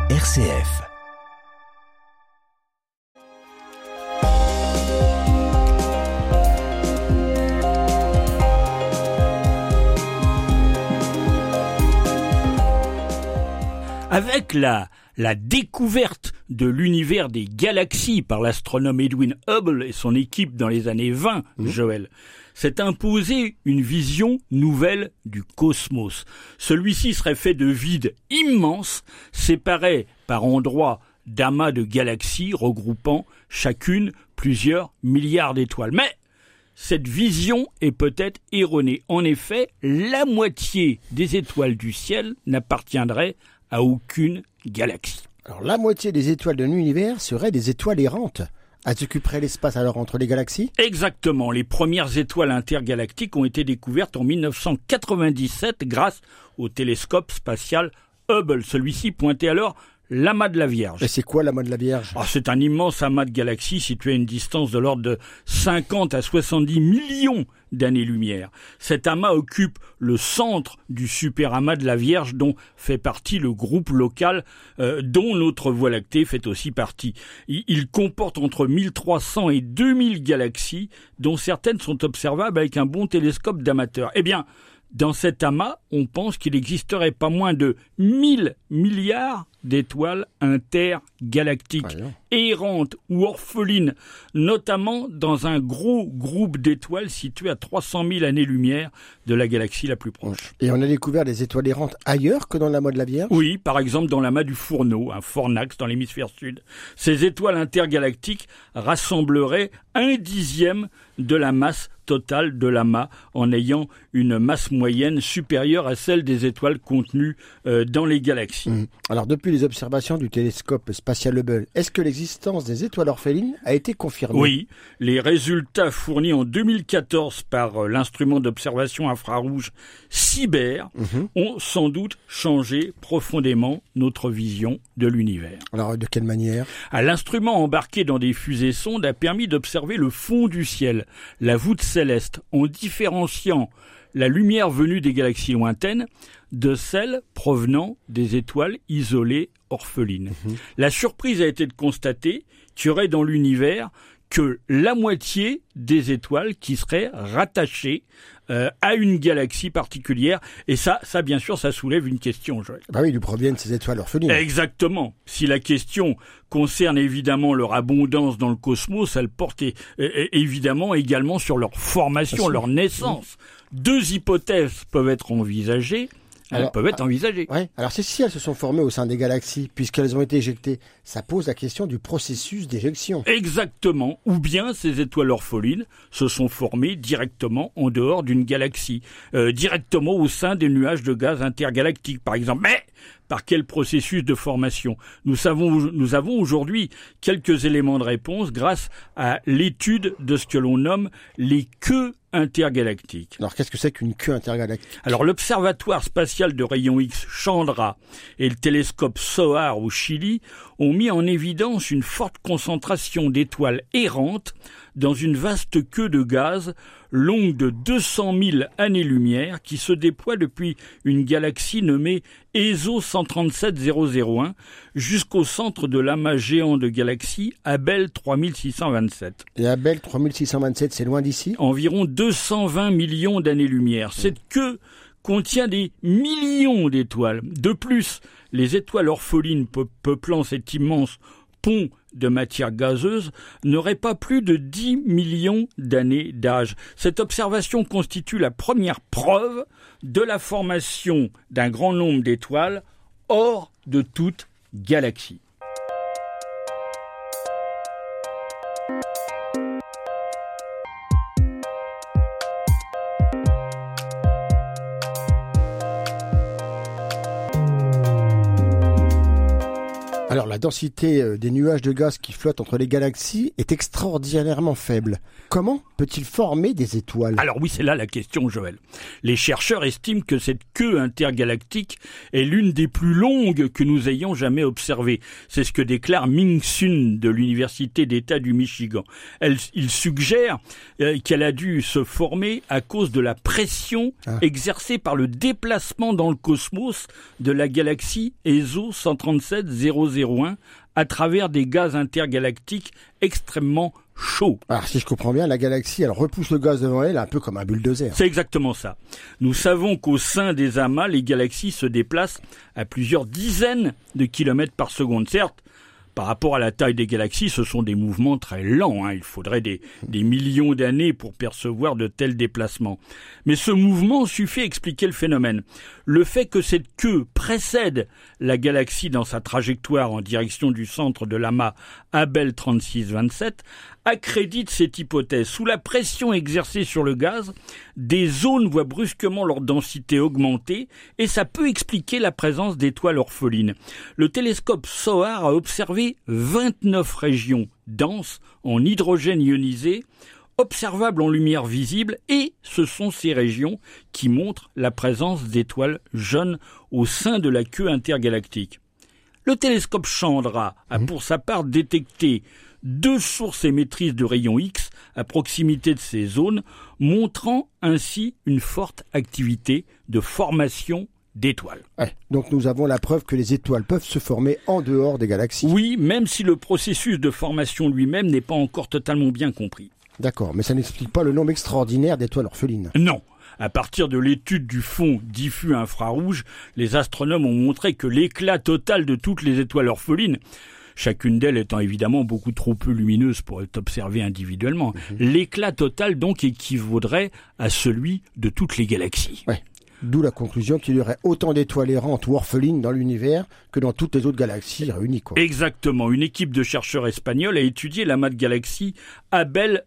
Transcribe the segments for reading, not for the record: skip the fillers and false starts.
RCF. Avec la découverte de l'univers des galaxies par l'astronome Edwin Hubble et son équipe dans les années 20, Joël, s'est imposée une vision nouvelle du cosmos. Celui-ci serait fait de vide immense, séparé par endroits d'amas de galaxies regroupant chacune plusieurs milliards d'étoiles. Mais cette vision est peut-être erronée. En effet, la moitié des étoiles du ciel n'appartiendrait à aucune galaxie. Alors la moitié des étoiles de l'univers seraient des étoiles errantes. Elles occuperaient l'espace alors entre les galaxies ? Exactement. Les premières étoiles intergalactiques ont été découvertes en 1997 grâce au télescope spatial Hubble. Celui-ci pointait alors l'amas de la Vierge. Et c'est quoi l'amas de la Vierge ? C'est un immense amas de galaxies situé à une distance de l'ordre de 50 à 70 millions d'années-lumière. Cet amas occupe le centre du super-amas de la Vierge dont fait partie le groupe local dont notre Voie lactée fait aussi partie. Il comporte entre 1300 et 2000 galaxies dont certaines sont observables avec un bon télescope d'amateur. Eh bien, dans cet amas, on pense qu'il existerait pas moins de 1000 milliards d'étoiles intergalactiques, errantes ou orphelines, notamment dans un gros groupe d'étoiles situé à 300 000 années-lumière de la galaxie la plus proche. Et on a découvert des étoiles errantes ailleurs que dans l'amas de la Vierge ? Oui, par exemple dans l'amas du Fourneau, un fornax dans l'hémisphère sud. Ces étoiles intergalactiques rassembleraient 1/10 de la masse totale de l'amas en ayant une masse moyenne supérieure à celle des étoiles contenues dans les galaxies. Alors depuis les observations du télescope spatial Hubble, est-ce que l'existence des étoiles orphelines a été confirmée ? Oui, les résultats fournis en 2014 par l'instrument d'observation infrarouge CIBER ont sans doute changé profondément notre vision de l'univers. Alors de quelle manière ? L'instrument embarqué dans des fusées-sondes a permis d'observer le fond du ciel, la voûte céleste, en différenciant la lumière venue des galaxies lointaines de celle provenant des étoiles isolées orphelines. La surprise a été de constater qu'il y aurait dans l'univers que la moitié des étoiles qui seraient rattachées à une galaxie particulière. Et ça bien sûr, ça soulève une question, Joël. Bah oui, d'où proviennent ces étoiles orphelines ? Exactement. Si la question concerne évidemment leur abondance dans le cosmos, elle porte évidemment également sur leur formation, leur naissance. Deux hypothèses peuvent être envisagées. Ouais. Alors si elles se sont formées au sein des galaxies, puisqu'elles ont été éjectées, ça pose la question du processus d'éjection. Exactement. Ou bien ces étoiles orphelines se sont formées directement en dehors d'une galaxie, directement au sein des nuages de gaz intergalactiques, par exemple. Mais par quel processus de formation ? Nous avons aujourd'hui quelques éléments de réponse grâce à l'étude de ce que l'on nomme les queues intergalactiques. Alors qu'est-ce que c'est qu'une queue intergalactique ? Alors l'Observatoire spatial de rayons X Chandra et le télescope SOHAR au Chili ont mis en évidence une forte concentration d'étoiles errantes dans une vaste queue de gaz longue de 200 000 années-lumière qui se déploie depuis une galaxie nommée ESO 137001 jusqu'au centre de l'amas géant de galaxies Abell 3627. Et Abell 3627, c'est loin d'ici ? Environ 220 millions d'années-lumière. Cette queue contient des millions d'étoiles. De plus, les étoiles orphelines peuplant cet immense pont de matière gazeuse n'aurait pas plus de 10 millions d'années d'âge. Cette observation constitue la première preuve de la formation d'un grand nombre d'étoiles hors de toute galaxie. Alors la densité des nuages de gaz qui flottent entre les galaxies est extraordinairement faible. Comment peut-il former des étoiles ? Alors oui, c'est là la question, Joël. Les chercheurs estiment que cette queue intergalactique est l'une des plus longues que nous ayons jamais observées. C'est ce que déclare Ming Sun de l'Université d'État du Michigan. Il suggère qu'elle a dû se former à cause de la pression exercée par le déplacement dans le cosmos de la galaxie ESO 137001 à travers des gaz intergalactiques extrêmement chauds. Alors si je comprends bien, la galaxie, elle repousse le gaz devant elle un peu comme un bulldozer. C'est exactement ça. Nous savons qu'au sein des amas, les galaxies se déplacent à plusieurs dizaines de kilomètres par seconde. Certes, par rapport à la taille des galaxies, ce sont des mouvements très lents. Il faudrait des millions d'années pour percevoir de tels déplacements. Mais ce mouvement suffit à expliquer le phénomène. Le fait que cette queue précède la galaxie dans sa trajectoire en direction du centre de l'amas Abell 3627 accrédite cette hypothèse. Sous la pression exercée sur le gaz, des zones voient brusquement leur densité augmenter et ça peut expliquer la présence d'étoiles orphelines. Le télescope SOHAR a observé 29 régions denses en hydrogène ionisé, observables en lumière visible, et ce sont ces régions qui montrent la présence d'étoiles jeunes au sein de la queue intergalactique. Le télescope Chandra a pour sa part détecté 2 sources émettrices de rayons X à proximité de ces zones, montrant ainsi une forte activité de formation d'étoiles. Donc nous avons la preuve que les étoiles peuvent se former en dehors des galaxies. Oui, même si le processus de formation lui-même n'est pas encore totalement bien compris. D'accord, mais ça n'explique pas le nombre extraordinaire d'étoiles orphelines. Non. À partir de l'étude du fond diffus infrarouge, les astronomes ont montré que l'éclat total de toutes les étoiles orphelines, chacune d'elles étant évidemment beaucoup trop peu lumineuse pour être observée individuellement, l'éclat total donc équivaudrait à celui de toutes les galaxies. D'où la conclusion qu'il y aurait autant d'étoiles errantes ou orphelines dans l'univers que dans toutes les autres galaxies réunies. Exactement. Une équipe de chercheurs espagnols a étudié l'amas de galaxies Abell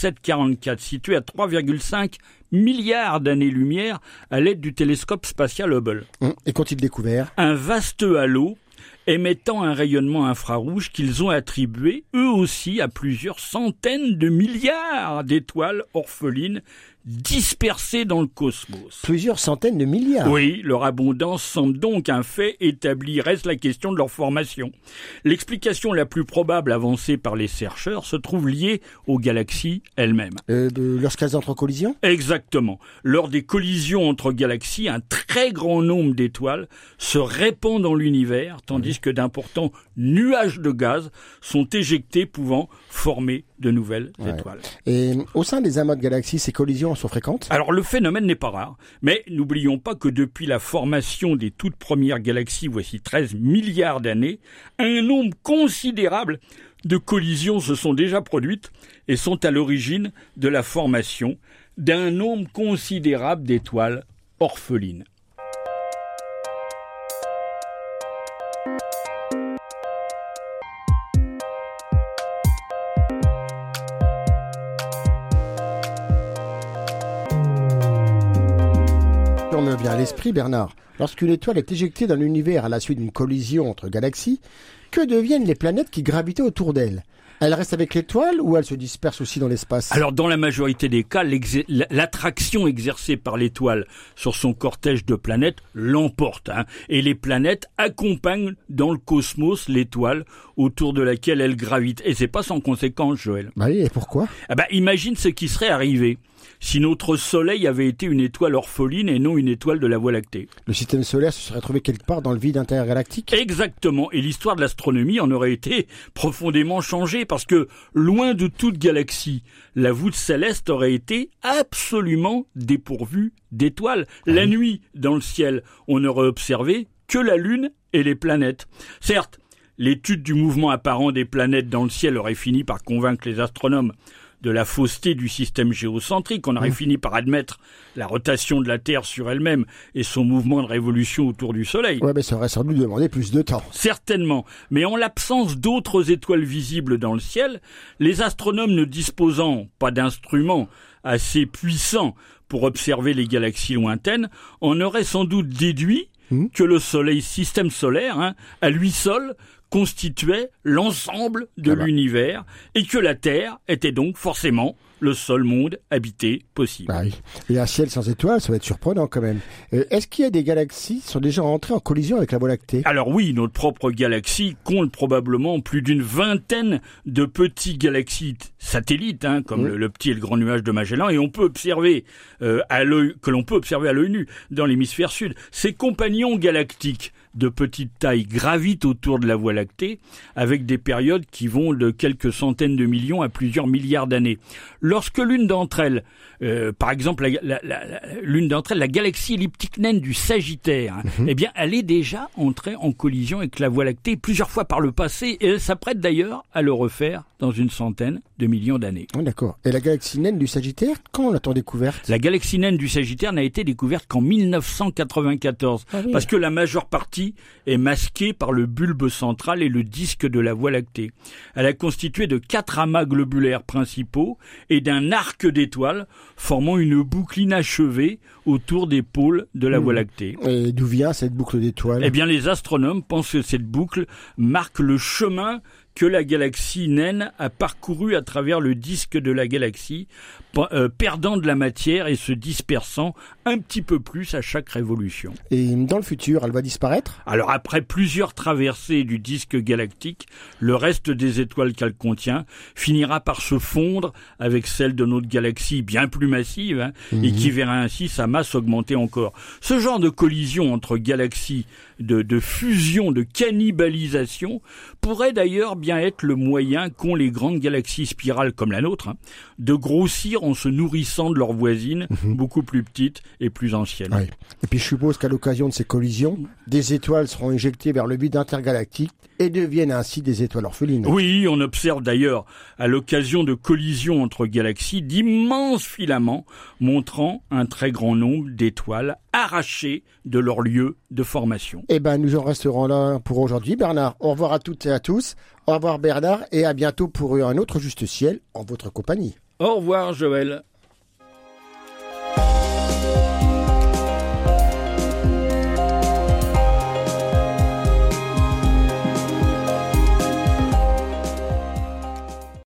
2744, situé à 3,5 milliards d'années-lumière à l'aide du télescope spatial Hubble. Et qu'ont-ils découvert ? Un vaste halo émettant un rayonnement infrarouge qu'ils ont attribué, eux aussi, à plusieurs centaines de milliards d'étoiles orphelines dispersées dans le cosmos. Plusieurs centaines de milliards ? Oui, leur abondance semble donc un fait établi. Reste la question de leur formation. L'explication la plus probable avancée par les chercheurs se trouve liée aux galaxies elles-mêmes. Lorsqu'elles entrent en collision ? Exactement. Lors des collisions entre galaxies, un très grand nombre d'étoiles se répandent dans l'univers, tandis que d'importants nuages de gaz sont éjectés, pouvant former de nouvelles étoiles. Et au sein des amas de galaxies, ces collisions sont fréquentes ? Alors le phénomène n'est pas rare, mais n'oublions pas que depuis la formation des toutes premières galaxies, voici 13 milliards d'années, un nombre considérable de collisions se sont déjà produites et sont à l'origine de la formation d'un nombre considérable d'étoiles orphelines. Me vient à l'esprit, Bernard, lorsqu'une étoile est éjectée dans l'univers à la suite d'une collision entre galaxies, que deviennent les planètes qui gravitaient autour d'elle ? Elle reste avec l'étoile ou elle se disperse aussi dans l'espace ? Alors, dans la majorité des cas, l'attraction exercée par l'étoile sur son cortège de planètes l'emporte. Et les planètes accompagnent dans le cosmos l'étoile autour de laquelle elle gravite. Et c'est pas sans conséquence, Joël. Oui, et pourquoi ? Imagine ce qui serait arrivé si notre Soleil avait été une étoile orpheline et non une étoile de la Voie lactée. Le système solaire se serait trouvé quelque part dans le vide intergalactique ? Exactement. Et l'histoire de l'astronomie en aurait été profondément changée parce que, loin de toute galaxie, la voûte céleste aurait été absolument dépourvue d'étoiles. La nuit, dans le ciel, on n'aurait observé que la Lune et les planètes. Certes, l'étude du mouvement apparent des planètes dans le ciel aurait fini par convaincre les astronomes de la fausseté du système géocentrique. On aurait fini par admettre la rotation de la Terre sur elle-même et son mouvement de révolution autour du Soleil. Ouais, mais ça aurait sans doute demandé plus de temps. Certainement. Mais en l'absence d'autres étoiles visibles dans le ciel, les astronomes ne disposant pas d'instruments assez puissants pour observer les galaxies lointaines, en auraient sans doute déduit que le Soleil, système solaire, à lui seul, constituait l'ensemble de l'univers et que la Terre était donc forcément le seul monde habité possible. Bah oui. Et un ciel sans étoiles, ça va être surprenant quand même. Est-ce qu'il y a des galaxies qui sont déjà entrées en collision avec la Voie lactée ? Alors oui, notre propre galaxie compte probablement plus d'une vingtaine de petits galaxies satellites, comme le petit et le grand nuage de Magellan, et on peut observer que l'on peut observer à l'œil nu dans l'hémisphère sud. Ces compagnons galactiques de petite taille gravitent autour de la Voie lactée avec des périodes qui vont de quelques centaines de millions à plusieurs milliards d'années. Lorsque l'une d'entre elles, par exemple l'une d'entre elles, la galaxie elliptique naine du Sagittaire, eh bien elle est déjà entrée en collision avec la Voie lactée plusieurs fois par le passé et elle s'apprête d'ailleurs à le refaire dans une centaine de millions d'années. Oh, d'accord. Et la galaxie naine du Sagittaire, quand l'a-t-on découverte ? La galaxie naine du Sagittaire n'a été découverte qu'en 1994, parce que la majeure partie est masquée par le bulbe central et le disque de la Voie lactée. Elle est constituée de 4 amas globulaires principaux et d'un arc d'étoiles formant une boucle inachevée autour des pôles de la Voie lactée. Et d'où vient cette boucle d'étoiles ? Eh bien, les astronomes pensent que cette boucle marque le chemin que la galaxie naine a parcouru à travers le disque de la galaxie, perdant de la matière et se dispersant un petit peu plus à chaque révolution. Et dans le futur, elle va disparaître ? Alors après plusieurs traversées du disque galactique, le reste des étoiles qu'elle contient finira par se fondre avec celle de notre galaxie bien plus massive, et qui verra ainsi sa masse augmenter encore. Ce genre de collision entre galaxies, de fusion, de cannibalisation, pourrait d'ailleurs bien être le moyen qu'ont les grandes galaxies spirales comme la nôtre, de grossir en se nourrissant de leurs voisines, beaucoup plus petites et plus anciennes. Oui. Et puis je suppose qu'à l'occasion de ces collisions, des étoiles seront éjectées vers le vide intergalactique et deviennent ainsi des étoiles orphelines. Oui, on observe d'ailleurs à l'occasion de collisions entre galaxies d'immenses filaments montrant un très grand nombre d'étoiles arrachées de leur lieu de formation. Eh ben, nous en resterons là pour aujourd'hui, Bernard. Au revoir à toutes et à tous. Au revoir Bernard et à bientôt pour un autre Juste Ciel en votre compagnie. Au revoir Joël.